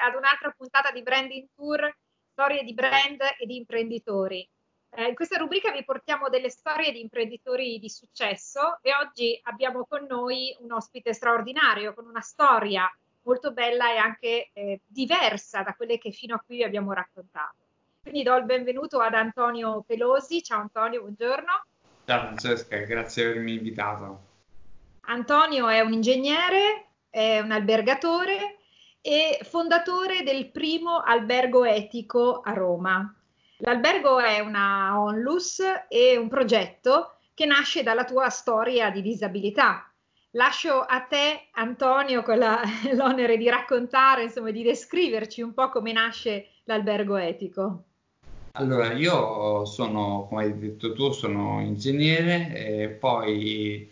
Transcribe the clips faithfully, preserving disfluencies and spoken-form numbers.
ad un'altra puntata di Branding Tour, storie di brand e di imprenditori. Eh, in questa rubrica vi portiamo delle storie di imprenditori di successo e oggi abbiamo con noi un ospite straordinario con una storia molto bella e anche eh, diversa da quelle che fino a qui vi abbiamo raccontato. Quindi do il benvenuto ad Antonio Pelosi. Ciao Antonio, buongiorno. Ciao Francesca, grazie per avermi invitato. Antonio è un ingegnere, è un albergatore e fondatore del primo albergo etico a Roma. L'albergo è una onlus e un progetto che nasce dalla tua storia di disabilità. Lascio a te, Antonio, con la, l'onere di raccontare, insomma, di descriverci un po' come nasce l'albergo etico. Allora, io sono, come hai detto tu, sono ingegnere e poi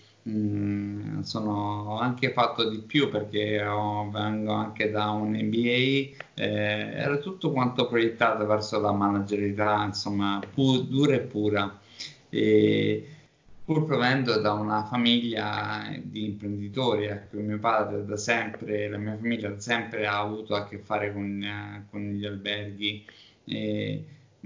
mh, sono anche fatto di più perché ho- vengo anche da un M B A, eh, era tutto quanto proiettato verso la managerialità, insomma, pu- dura e pura. E pur provenendo da una famiglia di imprenditori, ecco, mio padre da sempre, la mia famiglia da sempre ha avuto a che fare con, eh, con gli alberghi. E,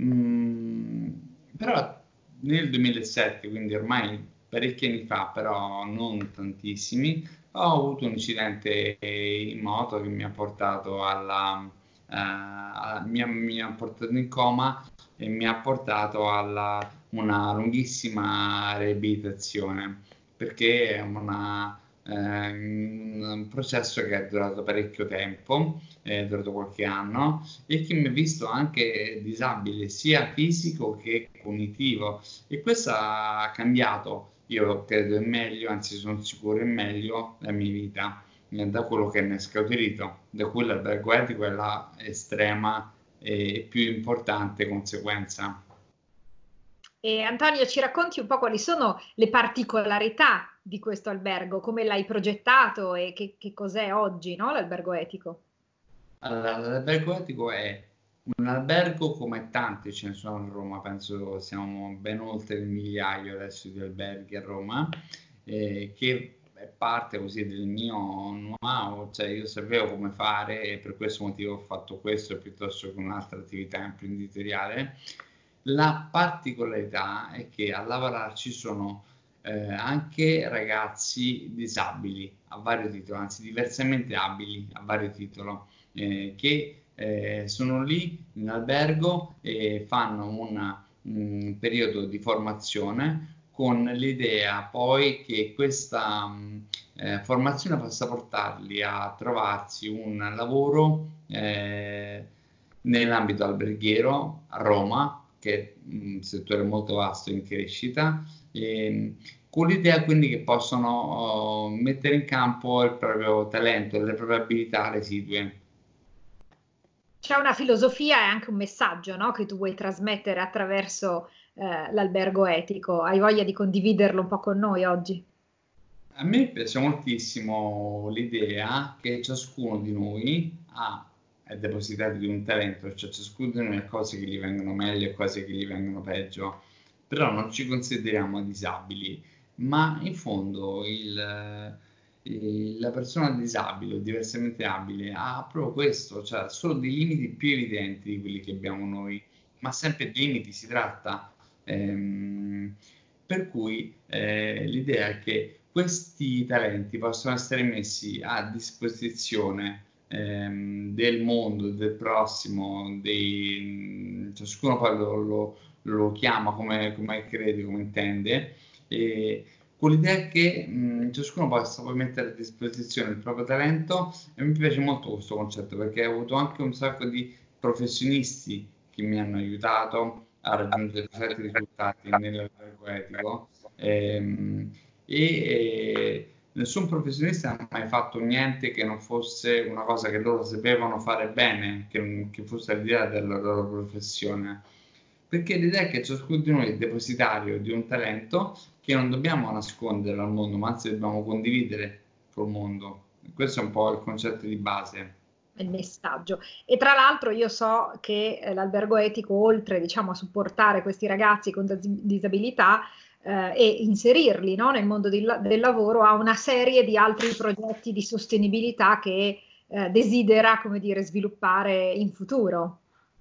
mm, però nel duemilasette, quindi ormai parecchi anni fa, però non tantissimi, ho avuto un incidente in moto che mi ha portato alla, eh, a- mi ha, mi ha portato in coma e mi ha portato alla una lunghissima riabilitazione perché è una, eh, un processo che è durato parecchio tempo, è durato qualche anno e che mi ha visto anche disabile sia fisico che cognitivo e questo ha cambiato, io credo in meglio, anzi sono sicuro in meglio la mia vita eh, da quello che ne è scaturito, da cui l'albergo etico è la estrema e più importante conseguenza. E Antonio, ci racconti un po' quali sono le particolarità di questo albergo, come l'hai progettato e che, che cos'è oggi, no? L'albergo etico. Allora, l'albergo etico è un albergo come tanti ce ne sono a Roma, penso siamo ben oltre il migliaio adesso di alberghi a Roma, eh, che è parte così del mio know-how, cioè io sapevo come fare e per questo motivo ho fatto questo piuttosto che un'altra attività imprenditoriale. La particolarità è che a lavorarci sono eh, anche ragazzi disabili a vario titolo, anzi diversamente abili a vario titolo eh, che eh, sono lì in albergo e fanno una- un periodo di formazione con l'idea poi che questa mh, eh, formazione possa portarli a trovarsi un lavoro eh, nell'ambito alberghiero a Roma, che è un settore molto vasto in crescita, e, con l'idea quindi che possono oh, mettere in campo il proprio talento, le proprie abilità residue. C'è una filosofia e anche un messaggio, no? Che tu vuoi trasmettere attraverso eh, l'albergo etico. Hai voglia di condividerlo un po' con noi oggi? A me piace moltissimo l'idea che ciascuno di noi ha, è depositario di un talento, cioè ciascuno di noi ha cose che gli vengono meglio e cose che gli vengono peggio, però non ci consideriamo disabili, ma in fondo il, il- la persona disabile o diversamente abile ha proprio questo, cioè ha solo dei limiti più evidenti di quelli che abbiamo noi, ma sempre di limiti si tratta. Ehm, per cui eh, l'idea è che questi talenti possono essere messi a disposizione ehm, del mondo, del prossimo, dei, ciascuno poi lo, lo- lo chiama come, come crede, come intende, e con l'idea che mh, ciascuno possa poi mettere a disposizione il proprio talento e mi piace molto questo concetto perché ho avuto anche un sacco di professionisti che mi hanno aiutato a raggiungere certi risultati nell'albergo etico. Ehm, e eh, nessun professionista ha mai fatto niente che non fosse una cosa che loro sapevano fare bene, che, che fosse al di là della loro professione. Perché l'idea è che ciascuno di noi è depositario di un talento che non dobbiamo nascondere al mondo, ma anzi dobbiamo condividere col mondo. Questo è un po' il concetto di base. Il messaggio. E tra l'altro io so che eh, l'albergo etico, oltre diciamo, a supportare questi ragazzi con dis- disabilità eh, e inserirli no, nel mondo del, del lavoro, ha una serie di altri progetti di sostenibilità che eh, desidera, come dire, sviluppare in futuro.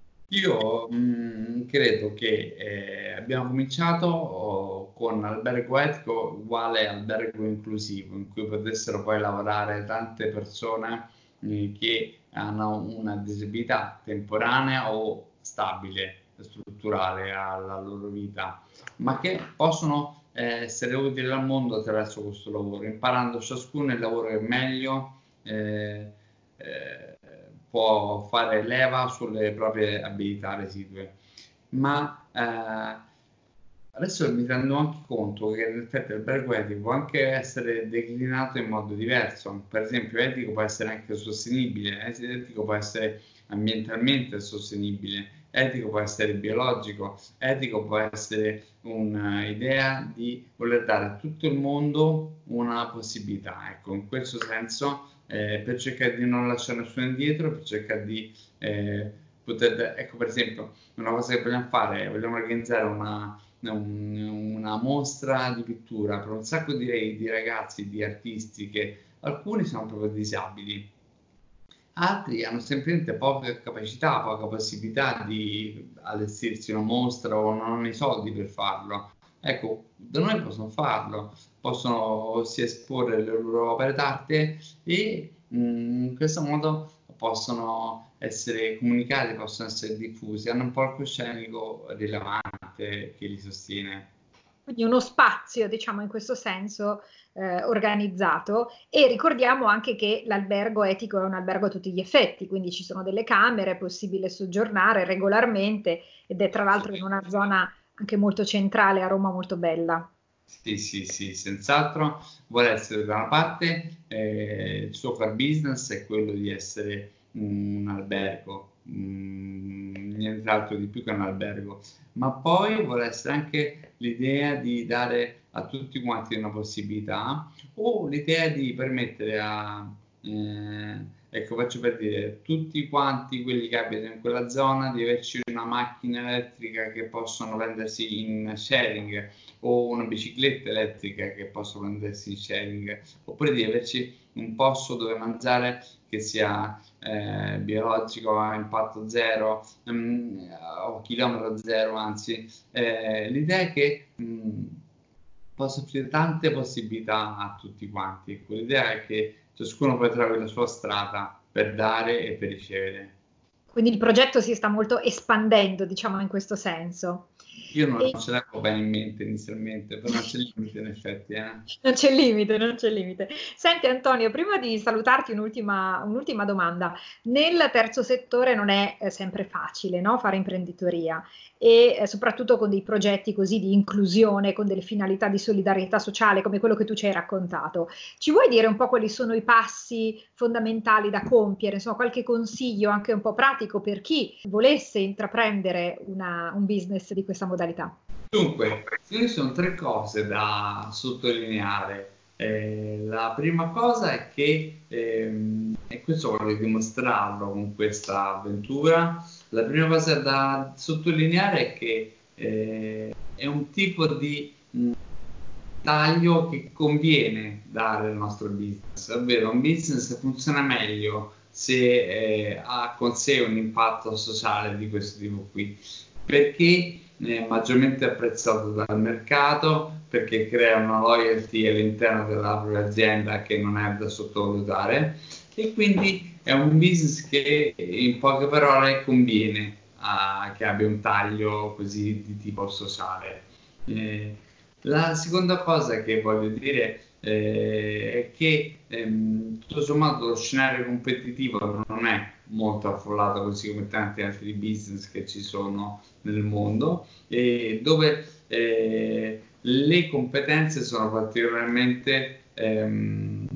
Io mh, credo che eh, abbiamo cominciato oh, con albergo etico uguale albergo inclusivo, in cui potessero poi lavorare tante persone eh, che hanno una disabilità temporanea o stabile, strutturale alla loro vita, ma che possono eh, essere utili al mondo attraverso questo lavoro, imparando ciascuno il lavoro che meglio eh, eh, può fare leva sulle proprie abilità residue. Ma eh, adesso mi rendo anche conto che in effetti l'albergo etico può anche essere declinato in modo diverso. Per esempio, etico può essere anche sostenibile, etico può essere ambientalmente sostenibile, etico può essere biologico, etico può essere un'idea di voler dare a tutto il mondo una possibilità. Ecco, in questo senso, eh, per cercare di non lasciare nessuno indietro, per cercare di eh, poter, ecco per esempio, una cosa che vogliamo fare è vogliamo organizzare una, un, una mostra di pittura per un sacco di, di ragazzi, di artisti che alcuni sono proprio disabili, altri hanno semplicemente poca capacità, poca possibilità di allestirsi una mostra o non hanno i soldi per farlo. Ecco, da noi possono farlo, possono si esporre le loro opere d'arte e mh, in questo modo possono essere comunicati, possono essere diffusi, hanno un palcoscenico rilevante che li sostiene. Quindi uno spazio, diciamo in questo senso, eh, organizzato, e ricordiamo anche che l'albergo etico è un albergo a tutti gli effetti, quindi ci sono delle camere, è possibile soggiornare regolarmente ed è tra l'altro in una zona anche molto centrale a Roma, molto bella. Sì, sì, sì, senz'altro vuole essere da una parte, eh, il suo core business è quello di essere un albergo, mm, nient'altro di più che un albergo, ma poi vuole essere anche l'idea di dare a tutti quanti una possibilità o l'idea di permettere a, eh, ecco, faccio per dire, tutti quanti quelli che abitano in quella zona di averci una macchina elettrica che possono vendersi in sharing o una bicicletta elettrica che possono vendersi in sharing, oppure di averci un posto dove mangiare che sia eh, biologico, a impatto zero um, o chilometro zero, anzi eh, l'idea è che mh, possa offrire tante possibilità a tutti quanti. L'idea è che ciascuno poi trovi la sua strada per dare e per ricevere. Quindi il progetto si sta molto espandendo, diciamo in questo senso. Io non E... ce l'avevo bene in mente inizialmente, però non c'è limite in effetti. Eh. Non c'è limite, non c'è limite. Senti Antonio, prima di salutarti un'ultima, un'ultima domanda. Nel terzo settore non è eh, sempre facile, no? Fare imprenditoria e eh, soprattutto con dei progetti così di inclusione, con delle finalità di solidarietà sociale come quello che tu ci hai raccontato. Ci vuoi dire un po' quali sono i passi fondamentali da compiere? Insomma, qualche consiglio anche un po' pratico per chi volesse intraprendere una, un business di questa modalità? Dunque, ci sono tre cose da sottolineare. Eh, la prima cosa è che, ehm, e questo voglio dimostrarlo con questa avventura, la prima cosa da sottolineare è che eh, è un tipo di mh, taglio che conviene dare al nostro business, ovvero un business funziona meglio se eh, ha con sé un impatto sociale di questo tipo qui, perché è maggiormente apprezzato dal mercato, perché crea una loyalty all'interno della propria azienda che non è da sottovalutare, e quindi è un business che in poche parole conviene a, che abbia un taglio così di tipo sociale. Eh, la seconda cosa che voglio dire eh, è che ehm, tutto sommato lo scenario competitivo non è molto affollato così come tanti altri business che ci sono nel mondo, e dove eh, le competenze sono particolarmente ehm,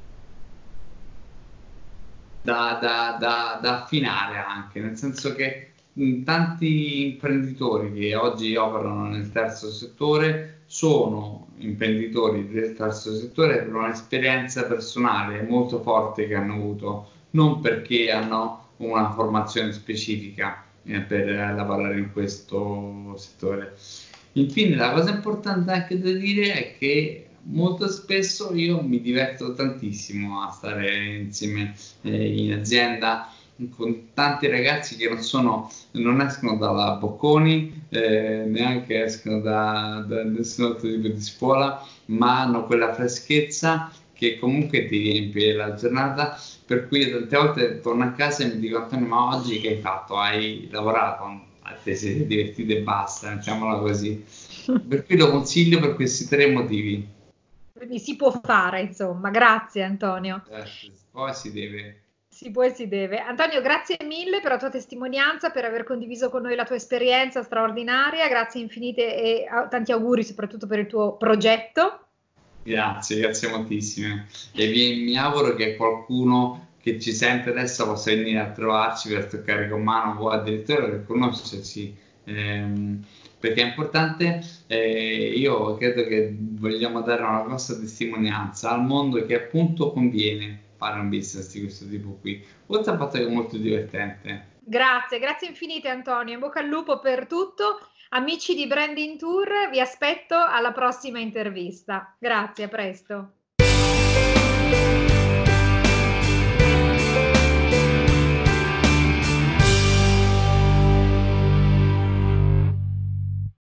da, da, da, da affinare anche, nel senso che mh, tanti imprenditori che oggi operano nel terzo settore sono imprenditori del terzo settore per un'esperienza personale molto forte che hanno avuto, non perché hanno una formazione specifica eh, per eh, lavorare in questo settore. Infine, la cosa importante anche da dire è che molto spesso io mi diverto tantissimo a stare insieme eh, in azienda con tanti ragazzi che non sono, non escono dalla Bocconi, eh, neanche escono da, da nessun altro tipo di scuola, ma hanno quella freschezza che comunque ti riempie la giornata, per cui tante volte torno a casa e mi dico: Antonio, ma oggi che hai fatto? Hai lavorato? A te siete divertiti e basta, diciamola così. Per cui lo consiglio per questi tre motivi. Quindi si può fare, insomma. Grazie Antonio. Certo, poi si deve. Si può e si deve. Antonio, grazie mille per la tua testimonianza, per aver condiviso con noi la tua esperienza straordinaria. Grazie infinite e tanti auguri soprattutto per il tuo progetto. Grazie, grazie moltissime. E vi, mi auguro che qualcuno che ci sente adesso possa venire a trovarci per toccare con mano o addirittura per conoscerci, ehm, perché è importante. Eh, io credo che vogliamo dare una grossa testimonianza al mondo che appunto conviene fare un business di questo tipo qui, oltre al fatto che è molto divertente. Grazie, grazie infinite Antonio, in bocca al lupo per tutto. Amici di Branding Tour, vi aspetto alla prossima intervista. Grazie, a presto.